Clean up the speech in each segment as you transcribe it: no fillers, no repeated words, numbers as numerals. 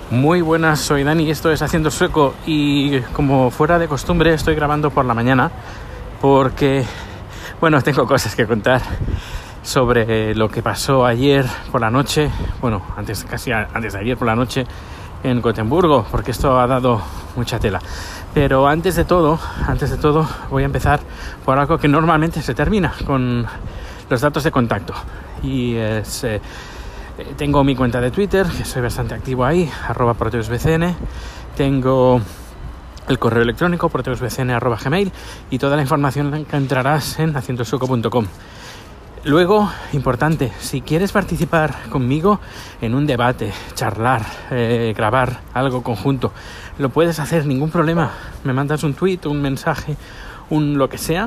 Muy buenas, soy Dani, esto es Haciendo Sueco y como fuera de costumbre estoy grabando por la mañana porque, bueno, tengo cosas que contar sobre lo que pasó ayer por la noche, bueno, casi antes de ayer por la noche en Gotemburgo, porque esto ha dado mucha tela. Pero antes de todo voy a empezar por algo que normalmente se termina con los datos de contacto y es... tengo mi cuenta de Twitter, que soy bastante activo ahí, @proteusbcn. Tengo el correo electrónico, proteusbcn@gmail, y toda la información la encontrarás en haciendosueco.com. Luego, importante, si quieres participar conmigo en un debate, charlar, grabar algo conjunto, lo puedes hacer, ningún problema. Me mandas un tweet, un mensaje, lo que sea.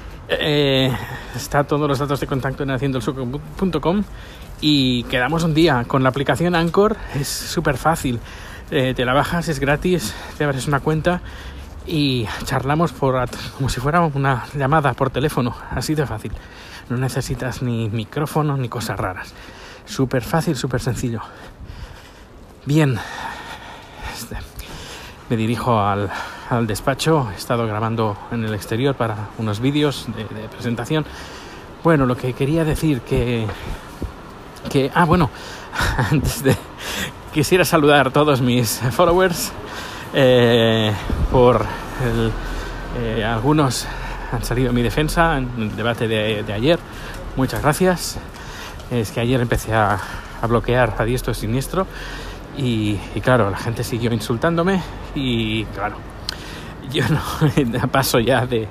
Está todos los datos de contacto en haciendosueco.com y quedamos un día. Con la aplicación Anchor es súper fácil, te la bajas, es gratis, te abres una cuenta y charlamos como si fuera una llamada por teléfono, así de fácil. No necesitas ni micrófono ni cosas raras, súper fácil, súper sencillo. Bien, me dirijo al despacho. He estado grabando en el exterior para unos vídeos de presentación. Bueno, lo que quería decir quisiera saludar a todos mis followers algunos han salido en mi defensa en el debate de ayer. Muchas gracias. Es que ayer empecé a bloquear a diestro y siniestro y claro, la gente siguió insultándome y claro, yo no paso ya de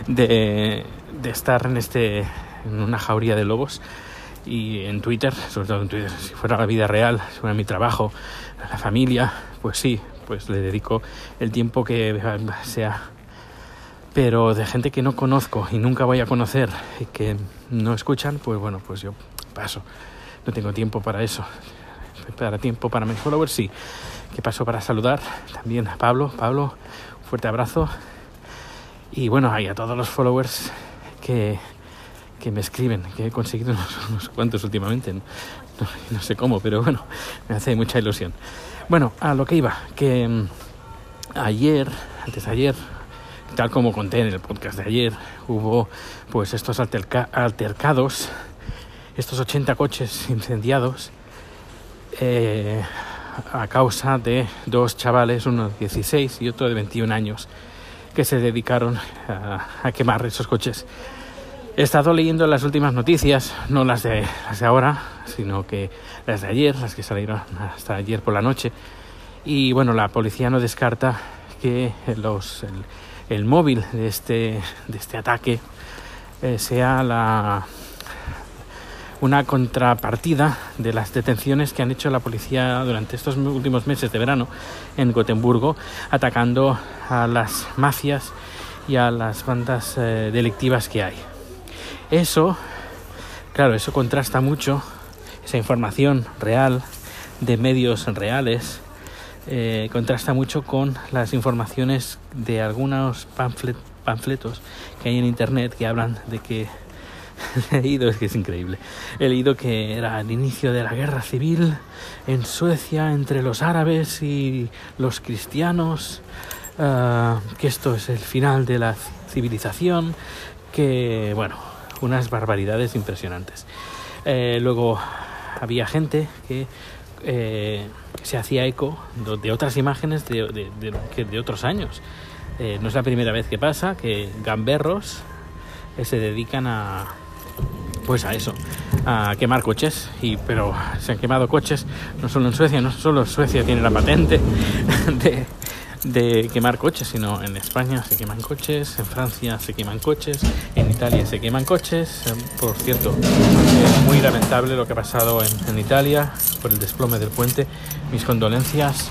estar en una jauría de lobos. Y en Twitter, sobre todo en Twitter, si fuera la vida real, si fuera mi trabajo, la familia, pues sí, pues le dedico el tiempo que sea. Pero de gente que no conozco y nunca voy a conocer y que no escuchan, pues bueno, pues yo paso. No tengo tiempo para eso. Tiempo para mis followers, sí. Que paso para saludar también a Pablo, fuerte abrazo. Y bueno, hay a todos los followers que me escriben, que he conseguido unos cuantos últimamente, no sé cómo, pero bueno, me hace mucha ilusión. Bueno, a lo que iba, que antes de ayer, tal como conté en el podcast de ayer, hubo pues estos altercados, estos 80 coches incendiados a causa de dos chavales, uno de 16 y otro de 21 años, que se dedicaron a quemar esos coches. He estado leyendo las últimas noticias, no las de ahora, sino que las de ayer, las que salieron hasta ayer por la noche. Y bueno, la policía no descarta que el móvil de este ataque sea una contrapartida de las detenciones que han hecho la policía durante estos últimos meses de verano en Gotemburgo, atacando a las mafias y a las bandas delictivas que hay. Eso contrasta mucho, esa información real de medios reales, contrasta mucho con las informaciones de algunos panfletos que hay en internet que hablan de que he leído que era el inicio de la guerra civil en Suecia entre los árabes y los cristianos, que esto es el final de la civilización, que bueno, unas barbaridades impresionantes. Luego había gente que se hacía eco de otras imágenes de otros años. No es la primera vez que pasa que gamberros se dedican a eso, a quemar coches, pero se han quemado coches no solo en Suecia, no solo Suecia tiene la patente de quemar coches, sino en España se queman coches, en Francia se queman coches, en Italia se queman coches. Por cierto, es muy lamentable lo que ha pasado en Italia por el desplome del puente. Mis condolencias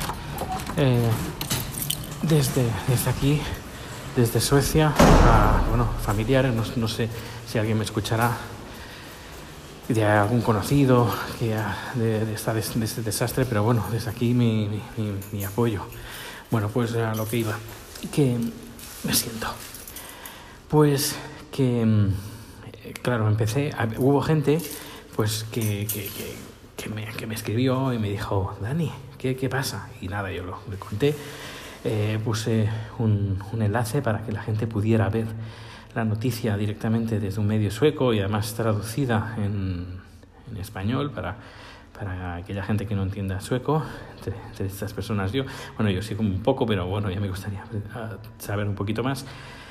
desde aquí, desde Suecia, a familiares, no sé si alguien me escuchará, de algún conocido de este desastre, pero bueno, desde aquí mi apoyo. Bueno, pues a lo que iba, que me siento. Pues que, claro, hubo gente pues que me escribió y me dijo: Dani, ¿qué pasa? Y nada, yo le conté, puse un enlace para que la gente pudiera ver la noticia directamente desde un medio sueco y además traducida en español para aquella gente que no entienda sueco, entre estas personas yo sí como un poco, pero bueno, ya me gustaría saber un poquito más.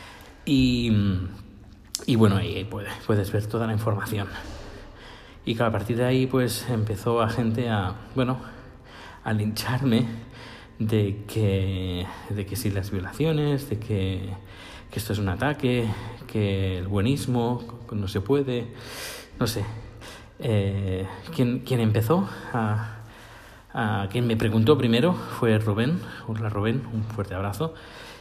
Y bueno, ahí puedes ver toda la información. Y claro, a partir de ahí pues empezó a gente a lincharme de que si las violaciones, de que esto es un ataque, que el buenismo no se puede, no sé. Quien empezó quien me preguntó primero fue Rubén. Hola Rubén, un fuerte abrazo.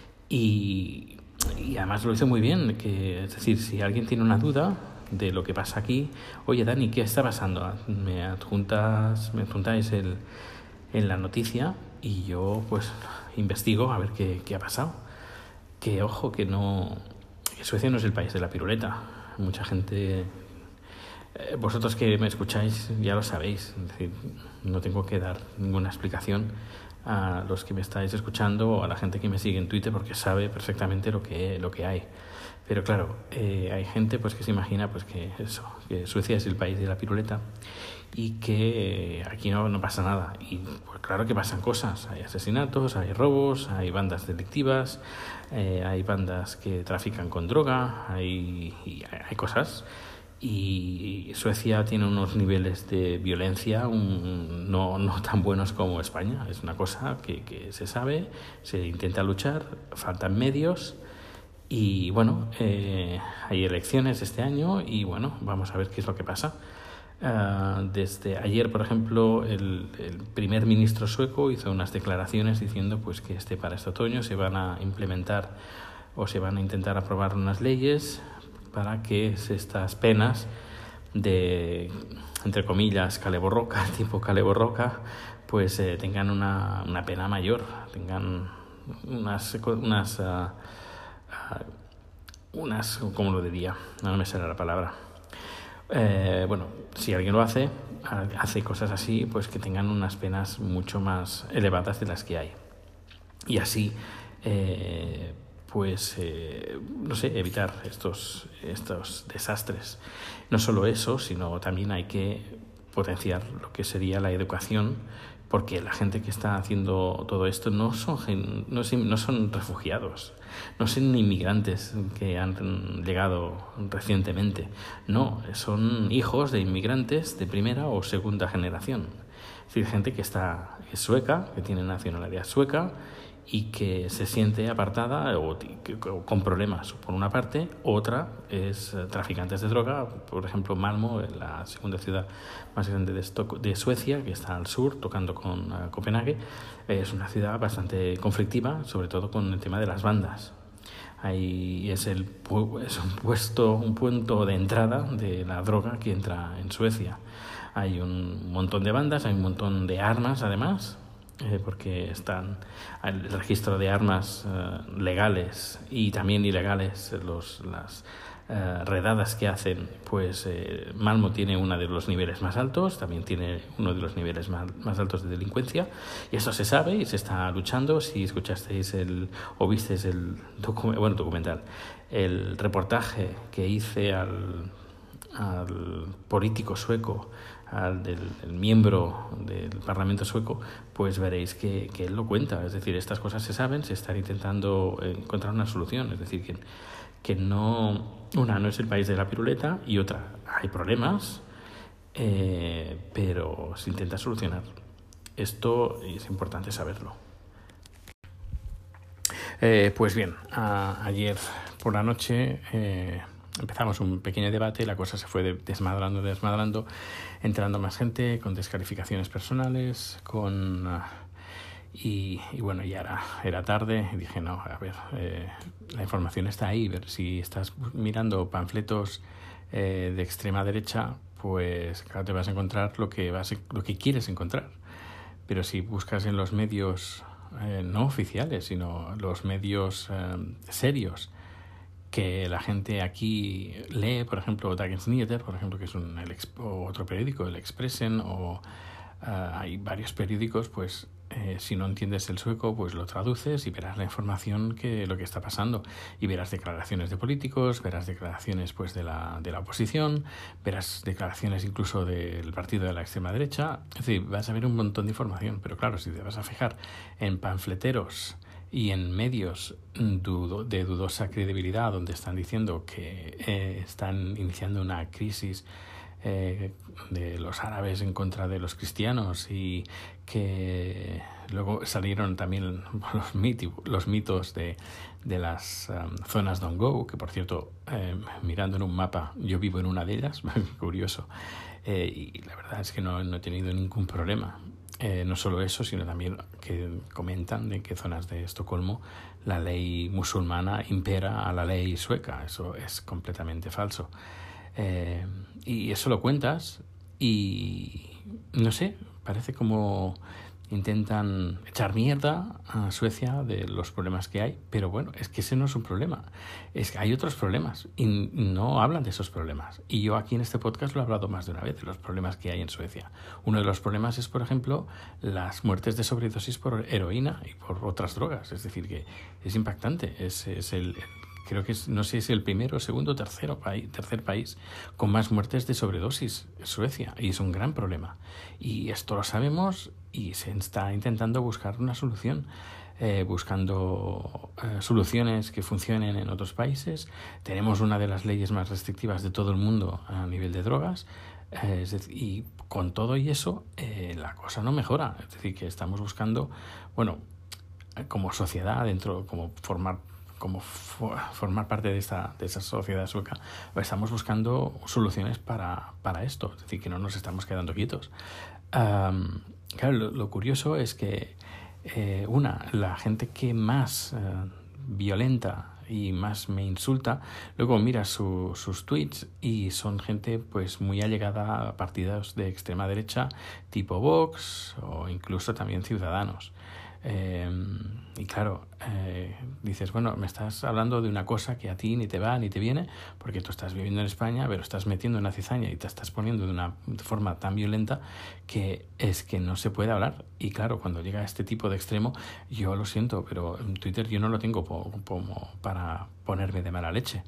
Y además lo hizo muy bien, es decir, si alguien tiene una duda de lo que pasa aquí, oye Dani, ¿qué está pasando? Me adjuntáis en la noticia y yo pues investigo a ver qué ha pasado. Que ojo, que Suecia no es el país de la piruleta. Mucha gente, vosotros que me escucháis ya lo sabéis, es decir, no tengo que dar ninguna explicación a los que me estáis escuchando o a la gente que me sigue en Twitter porque sabe perfectamente lo que hay. Pero claro, hay gente pues que se imagina pues que Suecia es el país de la piruleta y que aquí no pasa nada. Y pues claro que pasan cosas, hay asesinatos, hay robos, hay bandas delictivas, hay bandas que trafican con droga, hay cosas. Y Suecia tiene unos niveles de violencia no tan buenos como España. Es una cosa que se sabe, se intenta luchar, faltan medios. Y bueno, hay elecciones este año y bueno, vamos a ver qué es lo que pasa. Desde ayer, por ejemplo, el primer ministro sueco hizo unas declaraciones diciendo pues que para este otoño se van a implementar o se van a intentar aprobar unas leyes para que estas penas de, entre comillas, tipo caleborroca, pues tengan una pena mayor, tengan unas ¿cómo lo diría? No me sale la palabra. Bueno, si alguien lo hace cosas así, pues que tengan unas penas mucho más elevadas de las que hay. Y así, no sé, evitar estos desastres. No solo eso, sino también hay que potenciar lo que sería la educación, porque la gente que está haciendo todo esto no son refugiados, no son inmigrantes que han llegado recientemente, no, son hijos de inmigrantes de primera o segunda generación. Es decir, gente que es sueca, que tiene nacionalidad sueca y que se siente apartada o con problemas por una parte. Otra es traficantes de droga, por ejemplo Malmö, la segunda ciudad más grande de Suecia, que está al sur, tocando con Copenhague. Es una ciudad bastante conflictiva, sobre todo con el tema de las bandas. Ahí es un punto de entrada de la droga que entra en Suecia. Hay un montón de bandas, hay un montón de armas además, porque están el registro de armas legales y también ilegales, las redadas que hacen, pues Malmö tiene uno de los niveles más altos, también tiene uno de los niveles más altos de delincuencia, y eso se sabe y se está luchando. Si escuchasteis o visteis el documental, el reportaje que hice al político sueco, el miembro del Parlamento sueco, pues veréis que él lo cuenta. Es decir, estas cosas se saben, se están intentando encontrar una solución. Es decir, que no es el país de la piruleta y otra, hay problemas, pero se intenta solucionar. Esto es importante saberlo. Pues bien, ayer por la noche empezamos un pequeño debate, la cosa se fue desmadrando, entrando más gente, con descalificaciones personales, y bueno, ya era tarde, y dije, no, a ver, la información está ahí, ver si estás mirando panfletos de extrema derecha, pues claro, te vas a encontrar lo que quieres encontrar. Pero si buscas en los medios no oficiales, sino los medios serios, que la gente aquí lee, por ejemplo, Dagens Nyheter, por ejemplo, que es otro periódico, el Expressen, o hay varios periódicos, pues si no entiendes el sueco, pues lo traduces y verás la información lo que está pasando. Y verás declaraciones de políticos, verás declaraciones pues de la oposición, verás declaraciones incluso del partido de la extrema derecha. Es decir, vas a ver un montón de información. Pero claro, si te vas a fijar en panfleteros y en medios de dudosa credibilidad, donde están diciendo que están iniciando una crisis de los árabes en contra de los cristianos, y que luego salieron también los mitos de las zonas don't go, que por cierto, mirando en un mapa, yo vivo en una de ellas, curioso, y la verdad es que no he tenido ningún problema. No solo eso, sino también que comentan de que zonas de Estocolmo la ley musulmana impera a la ley sueca. Eso es completamente falso. Y eso lo cuentas y no sé, parece como intentan echar mierda a Suecia de los problemas que hay, pero bueno, es que ese no es un problema, es que hay otros problemas y no hablan de esos problemas. Y yo aquí en este podcast lo he hablado más de una vez, de los problemas que hay en Suecia. Uno de los problemas es, por ejemplo, las muertes de sobredosis por heroína y por otras drogas. Es decir, que es impactante. Creo que no sé si es el primero, segundo, tercer país con más muertes de sobredosis, Suecia, y es un gran problema. Y esto lo sabemos y se está intentando buscar una solución, buscando soluciones que funcionen en otros países. Tenemos una de las leyes más restrictivas de todo el mundo a nivel de drogas, y con todo y eso la cosa no mejora. Es decir, que estamos buscando, bueno, como sociedad, como formar parte de esa sociedad sueca, estamos buscando soluciones para esto, es decir, que no nos estamos quedando quietos. Claro, lo curioso es que la gente que más violenta y más me insulta, luego mira sus tweets y son gente pues muy allegada a partidos de extrema derecha tipo Vox o incluso también Ciudadanos. Y claro, dices, bueno, me estás hablando de una cosa que a ti ni te va ni te viene, porque tú estás viviendo en España, pero estás metiendo una cizaña y te estás poniendo de una forma tan violenta que es que no se puede hablar. Y claro, cuando llega a este tipo de extremo, yo lo siento, pero en Twitter yo no lo tengo como para ponerme de mala leche.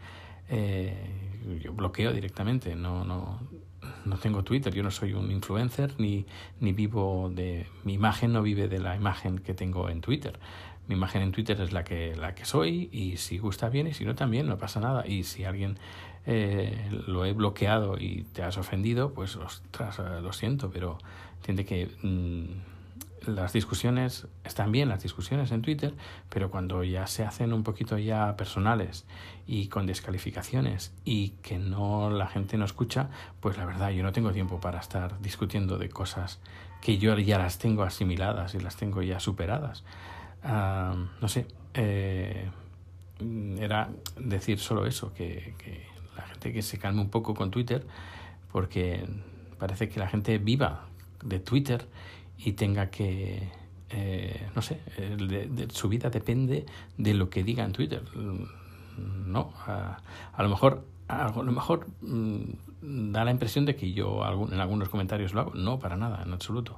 Yo bloqueo directamente, no tengo Twitter, yo no soy un influencer ni vivo de mi imagen, no vive de la imagen que tengo en Twitter. Mi imagen en Twitter es la que soy, y si gusta bien y si no también, no pasa nada. Y si alguien lo he bloqueado y te has ofendido, pues ostras, lo siento, pero entiende que las discusiones están bien, las discusiones en Twitter, pero cuando ya se hacen un poquito ya personales y con descalificaciones y que la gente no escucha, pues la verdad yo no tengo tiempo para estar discutiendo de cosas que yo ya las tengo asimiladas y las tengo ya superadas. No sé, era decir solo eso, que la gente que se calme un poco con Twitter, porque parece que la gente viva de Twitter y tenga que, no sé, su vida depende de lo que diga en Twitter. No, a lo mejor da la impresión de que yo en algunos comentarios lo hago. No, para nada, en absoluto.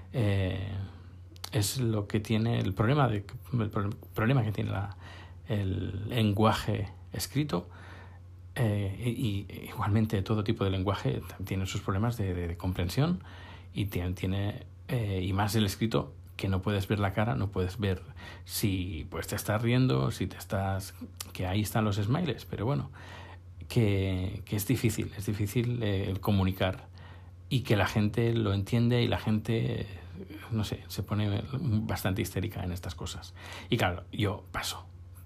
Es lo que tiene el problema que tiene el lenguaje escrito, y igualmente todo tipo de lenguaje tiene sus problemas de comprensión, y tiene y más el escrito, que no puedes ver la cara, no puedes ver si pues te estás riendo, que ahí están los smiles, pero bueno, que es difícil el comunicar y que la gente lo entiende, y la gente, no sé, se pone bastante histérica en estas cosas. Y claro, yo paso.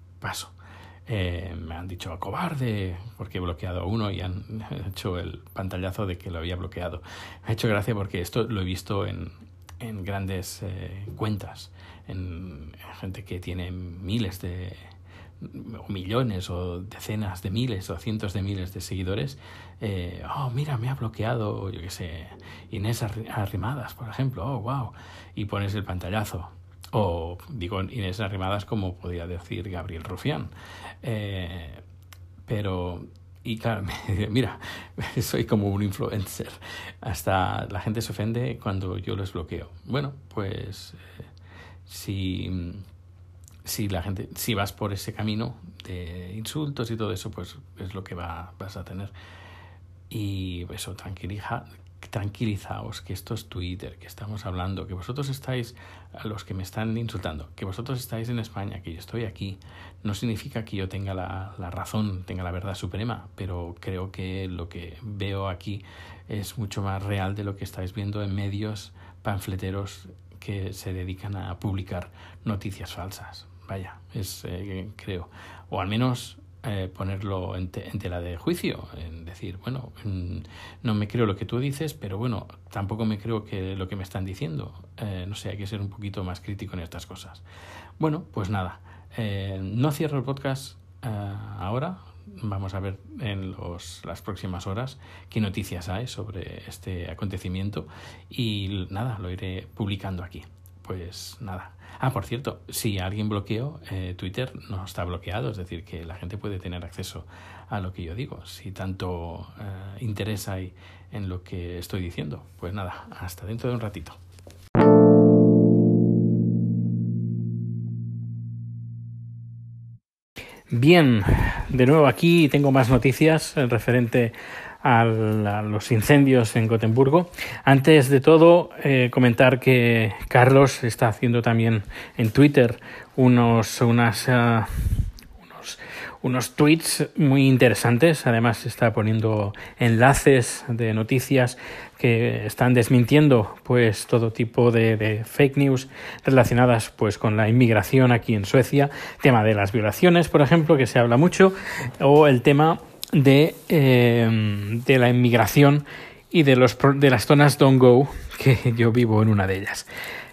Me han dicho cobarde porque he bloqueado a uno y han hecho el pantallazo de que lo había bloqueado. Me ha hecho gracia porque esto lo he visto en grandes cuentas, en gente que tiene miles o millones o decenas de miles o cientos de miles de seguidores. Mira, me ha bloqueado, yo qué sé, Inés Arrimadas, por ejemplo. Oh, wow. Y pones el pantallazo. O digo Inés Arrimadas como podría decir Gabriel Rufián. Pero, y claro, mira, soy como un influencer. Hasta la gente se ofende cuando yo les bloqueo. Bueno, pues si la gente, si vas por ese camino de insultos y todo eso, pues es lo que vas a tener. Y eso, tranquilizaos, que esto es Twitter, que estamos hablando, que vosotros estáis, a los que me están insultando, que vosotros estáis en España, que yo estoy aquí, no significa que yo tenga la razón, tenga la verdad suprema, pero creo que lo que veo aquí es mucho más real de lo que estáis viendo en medios panfleteros que se dedican a publicar noticias falsas. Vaya, creo, o al menos ponerlo en tela de juicio, en decir, bueno, no me creo lo que tú dices, pero bueno, tampoco me creo que lo que me están diciendo. No sé, hay que ser un poquito más crítico en estas cosas. Bueno, pues nada, no cierro el podcast ahora. Vamos a ver en las próximas horas qué noticias hay sobre este acontecimiento y nada, lo iré publicando aquí. Pues nada. Por cierto, si alguien bloqueó, Twitter no está bloqueado, es decir, que la gente puede tener acceso a lo que yo digo, si tanto interés hay en lo que estoy diciendo. Pues nada, hasta dentro de un ratito. Bien, de nuevo aquí tengo más noticias referente a los incendios en Gotemburgo. Antes de todo, comentar que Carlos está haciendo también en Twitter unos tweets muy interesantes. Además está poniendo enlaces de noticias que están desmintiendo pues todo tipo de fake news relacionadas pues con la inmigración aquí en Suecia, tema de las violaciones, por ejemplo, que se habla mucho, o el tema de la inmigración y de las zonas don't go, que yo vivo en una de ellas.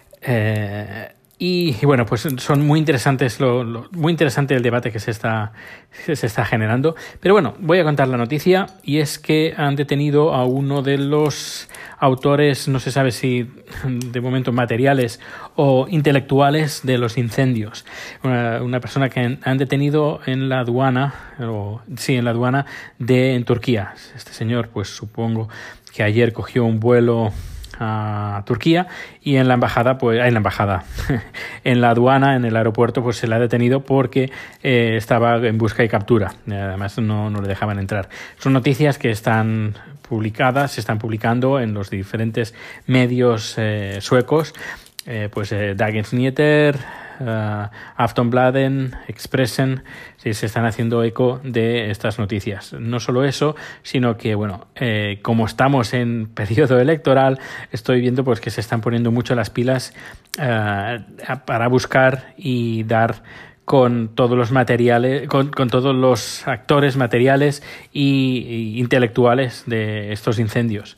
Y bueno, pues son muy interesantes, muy interesante el debate que se está generando. Pero bueno, voy a contar la noticia, y es que han detenido a uno de los autores, no se sabe si de momento materiales o intelectuales, de los incendios. Una persona que han detenido en la aduana, en Turquía. Este señor, pues supongo que ayer cogió un vuelo a Turquía, y en la embajada, en la aduana, en el aeropuerto, pues se le ha detenido porque estaba en busca y captura. Además no le dejaban entrar. Son noticias que se están publicando en los diferentes medios suecos, Dagens Nyheter, Aftonbladet, Expressen, sí, se están haciendo eco de estas noticias. No solo eso, sino que como estamos en periodo electoral, estoy viendo pues que se están poniendo mucho las pilas para buscar y dar con todos los materiales, con todos los actores materiales y intelectuales de estos incendios.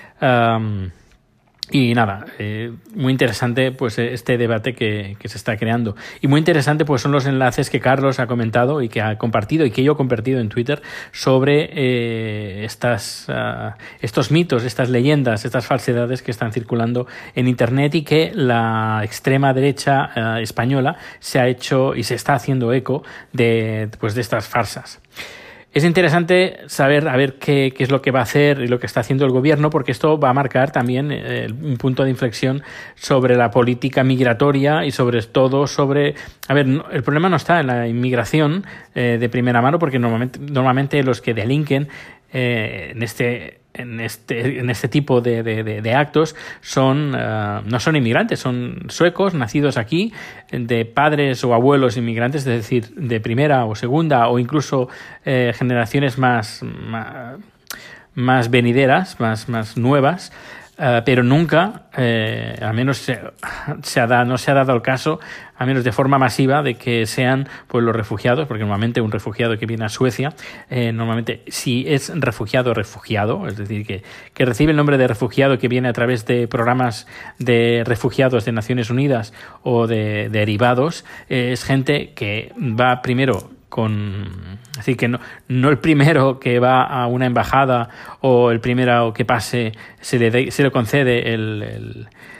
Y nada, muy interesante pues este debate que se está creando. Y muy interesante pues son los enlaces que Carlos ha comentado y que ha compartido y que yo he compartido en Twitter sobre estos mitos, estas leyendas, estas falsedades que están circulando en Internet, y que la extrema derecha española se ha hecho y se está haciendo eco de estas farsas. Es interesante saber a ver qué es lo que va a hacer y lo que está haciendo el gobierno, porque esto va a marcar también un punto de inflexión sobre la política migratoria y sobre todo sobre... el problema no está en la inmigración de primera mano, porque normalmente los que delinquen en este tipo de actos no son inmigrantes, son suecos nacidos aquí, de padres o abuelos inmigrantes, es decir, de primera o segunda o incluso generaciones más venideras, más nuevas. Pero nunca, al menos no se ha dado el caso, al menos de forma masiva, de que sean pues los refugiados, porque normalmente un refugiado que viene a Suecia, normalmente si es refugiado, es decir, que recibe el nombre de refugiado, que viene a través de programas de refugiados de Naciones Unidas o de derivados, es gente que va primero así que no el primero que va a una embajada o el primero que pase se le concede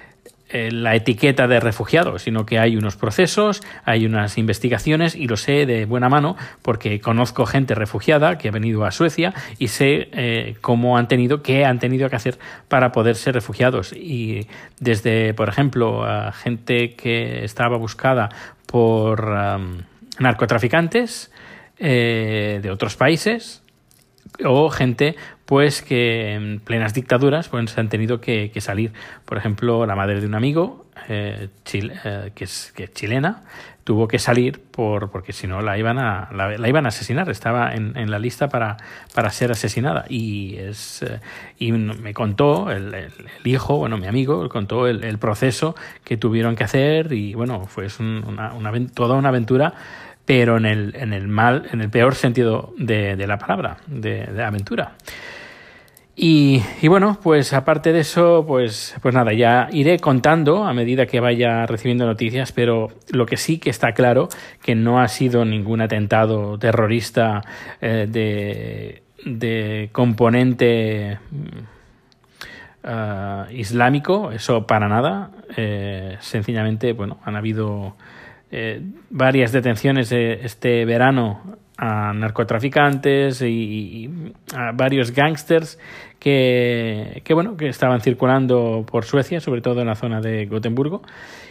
la etiqueta de refugiado, sino que hay unos procesos, hay unas investigaciones, y lo sé de buena mano porque conozco gente refugiada que ha venido a Suecia y sé qué han tenido que hacer para poder ser refugiados. Y desde, por ejemplo, a gente que estaba buscada por narcotraficantes de otros países, o gente pues que en plenas dictaduras pues han tenido que salir. Por ejemplo, la madre de un amigo que es chilena, tuvo que salir porque si no la iban a asesinar. Estaba en la lista para ser asesinada, y me contó el hijo, mi amigo contó el proceso que tuvieron que hacer, y fue toda una aventura, pero en el peor sentido de la palabra, de aventura. Y pues aparte de eso, pues nada, ya iré contando a medida que vaya recibiendo noticias, pero lo que sí que está claro, que no ha sido ningún atentado terrorista de componente islámico, eso para nada. Sencillamente, han habido varias detenciones este verano a narcotraficantes y a varios gángsters que estaban circulando por Suecia, sobre todo en la zona de Gotemburgo.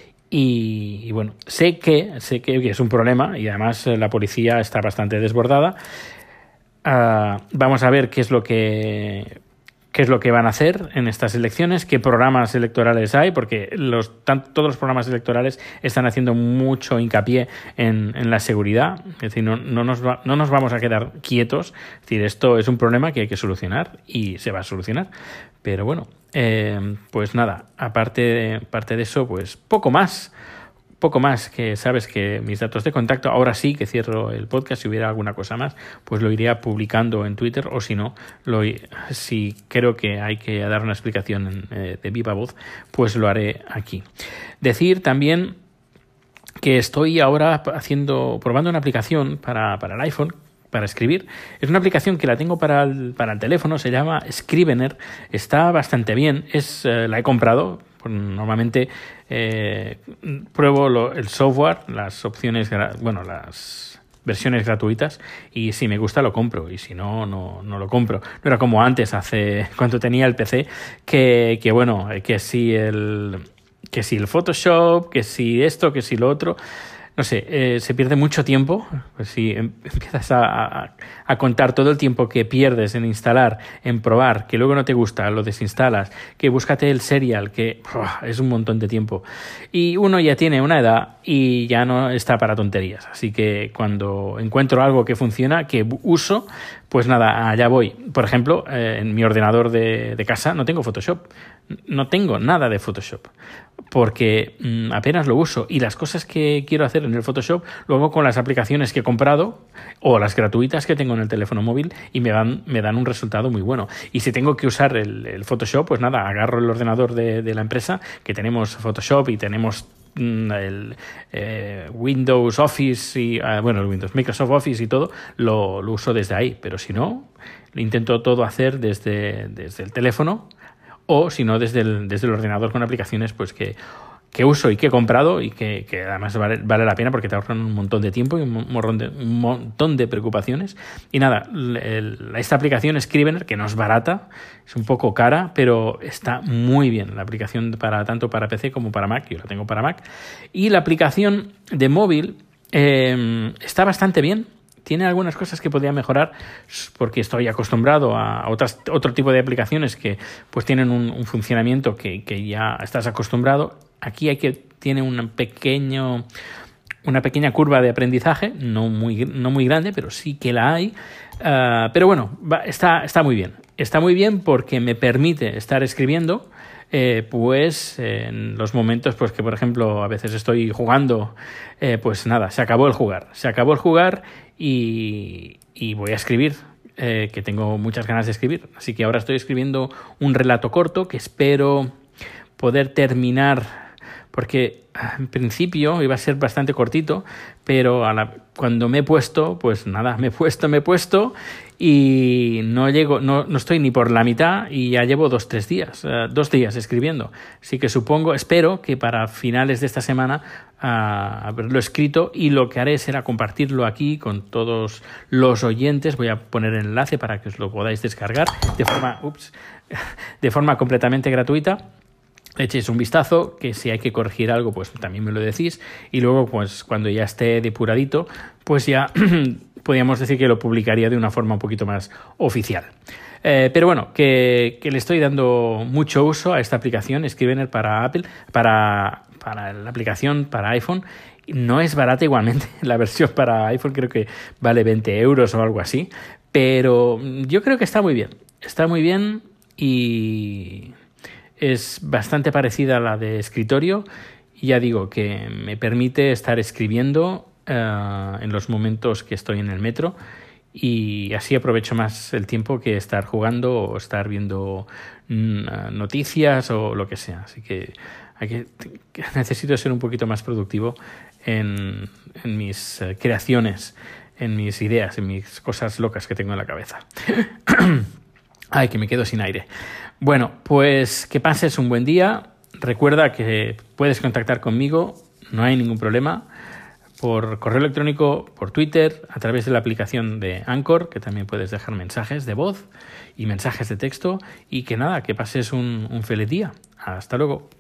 Y sé que es un problema, y además la policía está bastante desbordada. Vamos a ver qué es lo que van a hacer en estas elecciones, qué programas electorales hay, porque todos los programas electorales están haciendo mucho hincapié en la seguridad. Es decir, no nos vamos a quedar quietos. Es decir, esto es un problema que hay que solucionar, y se va a solucionar. Pero pues nada, aparte de eso, pues poco más, que sabes que mis datos de contacto. Ahora sí que cierro el podcast. Si hubiera alguna cosa más, pues lo iría publicando en Twitter, o si no, si creo que hay que dar una explicación de viva voz, pues lo haré aquí. Decir también que estoy ahora probando una aplicación para el iPhone, para escribir. Es una aplicación que la tengo para el teléfono, se llama Scrivener. Está bastante bien, la he comprado. Normalmente pruebo el software, las opciones, las versiones gratuitas, y si me gusta lo compro, y si no lo compro. No era como antes, cuando tenía el PC, que si el Photoshop, que si esto, que si lo otro. No sé, se pierde mucho tiempo. Pues si empiezas a contar todo el tiempo que pierdes en instalar, en probar, que luego no te gusta, lo desinstalas, que búscate el serial, que es un montón de tiempo. Y uno ya tiene una edad y ya no está para tonterías. Así que cuando encuentro algo que funciona, que uso, pues nada, allá voy. Por ejemplo, en mi ordenador de casa no tengo Photoshop. No tengo nada de Photoshop, porque apenas lo uso, y las cosas que quiero hacer en el Photoshop lo hago con las aplicaciones que he comprado o las gratuitas que tengo en el teléfono móvil, y me dan un resultado muy bueno. Y si tengo que usar el Photoshop, pues nada, agarro el ordenador de la empresa, que tenemos Photoshop y tenemos el Windows Office y el Microsoft Office y todo, lo uso desde ahí. Pero si no, lo intento todo hacer desde el teléfono, o si no desde el ordenador, con aplicaciones pues que uso y que he comprado, y que además vale la pena, porque te ahorran un montón de tiempo y un montón de preocupaciones. Y nada, esta aplicación Scrivener, que no es barata, es un poco cara, pero está muy bien la aplicación tanto para PC como para Mac. Yo la tengo para Mac. Y la aplicación de móvil está bastante bien. Tiene algunas cosas que podría mejorar, porque estoy acostumbrado a otro tipo de aplicaciones que pues tienen un funcionamiento que ya estás acostumbrado. Aquí tiene una pequeña curva de aprendizaje, no muy grande, pero sí que la hay. Pero está muy bien. Está muy bien porque me permite estar escribiendo pues en los momentos pues que, por ejemplo, a veces estoy jugando, pues nada, se acabó el jugar y voy a escribir, que tengo muchas ganas de escribir. Así que ahora estoy escribiendo un relato corto que espero poder terminar porque en principio iba a ser bastante cortito, pero cuando me he puesto, pues nada, me he puesto y no estoy ni por la mitad y ya llevo 2 días escribiendo. Así que espero que para finales de esta semana haberlo escrito, y lo que haré será compartirlo aquí con todos los oyentes. Voy a poner el enlace para que os lo podáis descargar de forma completamente gratuita. Le echéis un vistazo, que si hay que corregir algo, pues también me lo decís, y luego pues cuando ya esté depuradito, pues ya podríamos decir que lo publicaría de una forma un poquito más oficial. Pero bueno, que le estoy dando mucho uso a esta aplicación Scrivener para Apple, para la aplicación para iPhone. No es barata igualmente, la versión para iPhone creo que vale 20 euros o algo así, pero yo creo que está muy bien y es bastante parecida a la de escritorio. Y ya digo que me permite estar escribiendo en los momentos que estoy en el metro, y así aprovecho más el tiempo que estar jugando o estar viendo noticias o lo que sea. Así que necesito ser un poquito más productivo en mis creaciones, en mis ideas, en mis cosas locas que tengo en la cabeza. Ay, que me quedo sin aire. Bueno, pues que pases un buen día. Recuerda que puedes contactar conmigo, no hay ningún problema, por correo electrónico, por Twitter, a través de la aplicación de Anchor, que también puedes dejar mensajes de voz y mensajes de texto. Y que nada, que pases un feliz día. Hasta luego.